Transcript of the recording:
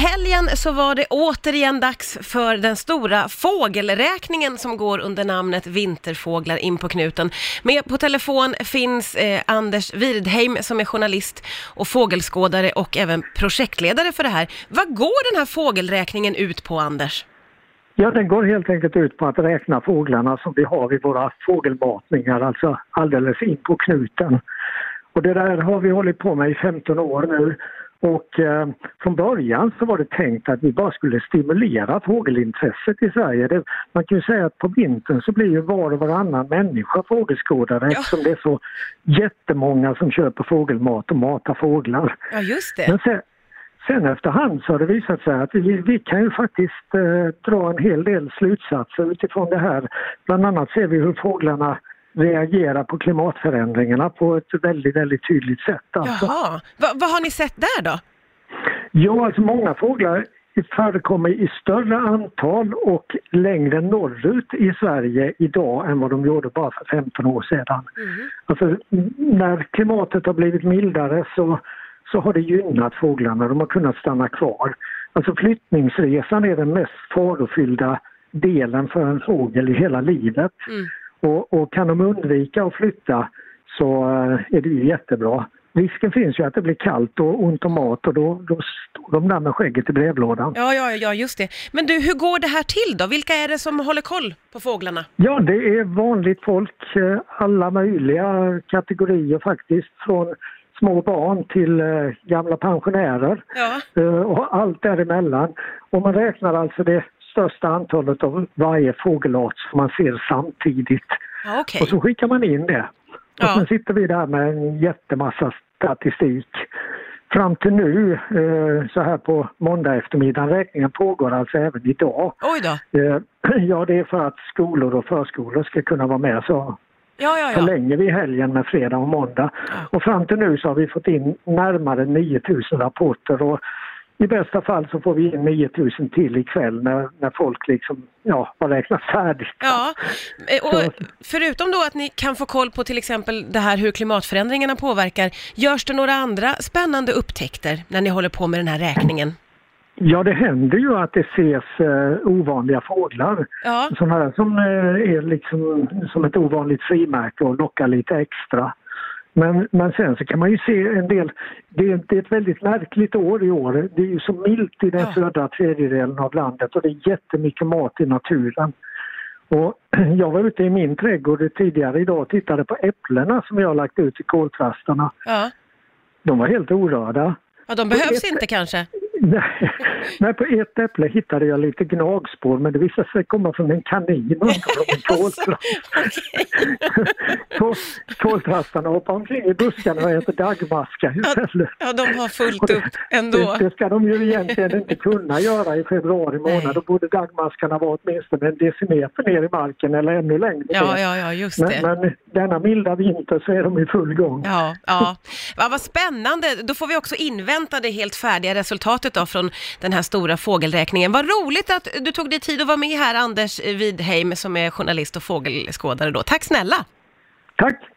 helgen så var det återigen dags för den stora fågelräkningen som går under namnet Vinterfåglar in på knuten. Med på telefon finns Anders Widheim som är journalist och fågelskådare och även projektledare för det här. Vad går den här fågelräkningen ut på, Anders? Ja, den går helt enkelt ut på att räkna fåglarna som vi har i våra fågelmatningar, alltså alldeles in på knuten. Och det där har vi hållit på med i 15 år nu. Och från början så var det tänkt att vi bara skulle stimulera fågelintresset i Sverige. Man kan ju säga att på vintern så blir ju var och varannan människa fågelskådare eftersom det är så jättemånga som köper fågelmat och matar fåglar. Ja, just det. Men sen efterhand så har det visat sig att vi kan ju faktiskt dra en hel del slutsatser utifrån det här. Bland annat ser vi hur fåglarna reagerar på klimatförändringarna på ett väldigt, väldigt tydligt sätt. Alltså. Jaha, vad har ni sett där då? Ja, alltså många fåglar förekommer i större antal och längre norrut i Sverige idag än vad de gjorde bara för 15 år sedan. Mm. Alltså, när klimatet har blivit mildare så har det gynnat fåglarna. De har kunnat stanna kvar. Alltså flyttningsresan är den mest farofyllda delen för en fågel i hela livet. Mm. Och kan de undvika att flytta så är det ju jättebra. Risken finns ju att det blir kallt och ont om mat och då står de där med skägget i brevlådan. Ja, just det. Men du, hur går det här till då? Vilka är det som håller koll på fåglarna? Ja, det är vanligt folk, alla möjliga kategorier faktiskt, från små barn till gamla pensionärer och allt däremellan. Och man räknar alltså det största antalet av varje fågelart som man ser samtidigt. Okay. Och så skickar man in det. Och sen sitter vi där med en jättemassa statistik. Fram till nu, så här på måndag eftermiddag, räkningen pågår alltså även idag. Oj då. Ja, det är för att skolor och förskolor ska kunna vara med så. Förlänger vi helgen med fredag och måndag. Ja. Och fram till nu så har vi fått in närmare 9000 rapporter och i bästa fall så får vi in 9000 till ikväll när folk liksom, har räknat färdigt. Ja, och förutom då att ni kan få koll på till exempel det här hur klimatförändringarna påverkar, görs det några andra spännande upptäckter när ni håller på med den här räkningen? Ja, det händer ju att det ses ovanliga fåglar. Ja. Sådana här som är liksom som ett ovanligt frimärke och lockar lite extra. Men sen så kan man ju se en del, det är ett väldigt märkligt år i år. Det är ju så milt i den södra tredjedelen av landet och det är jättemycket mat i naturen. Och jag var ute i min trädgård tidigare idag och tittade på äpplena som jag har lagt ut i koltrastarna. Ja. De var helt orörda. Ja, de behövs inte kanske. Nej, på ett äpple hittade jag lite gnagspår, men det visade sig komma från en kanin under en koltrast. Koltrastarna hoppar omkring i buskarna och äter dagmaskar istället. Ja, de har fullt upp ändå. Det ska de ju egentligen inte kunna göra i februari månad. Då borde dagmaskarna vara åtminstone en decimeter ner i marken eller ännu längre. Ja, just det. Men denna milda vinter så är de i full gång. Ja, vad spännande. Då får vi också invänta det helt färdiga resultatet då från den här stora fågelräkningen. Vad roligt att du tog dig tid att vara med här, Anders Widheim, som är journalist och fågelskådare då. Tack snälla! Tack!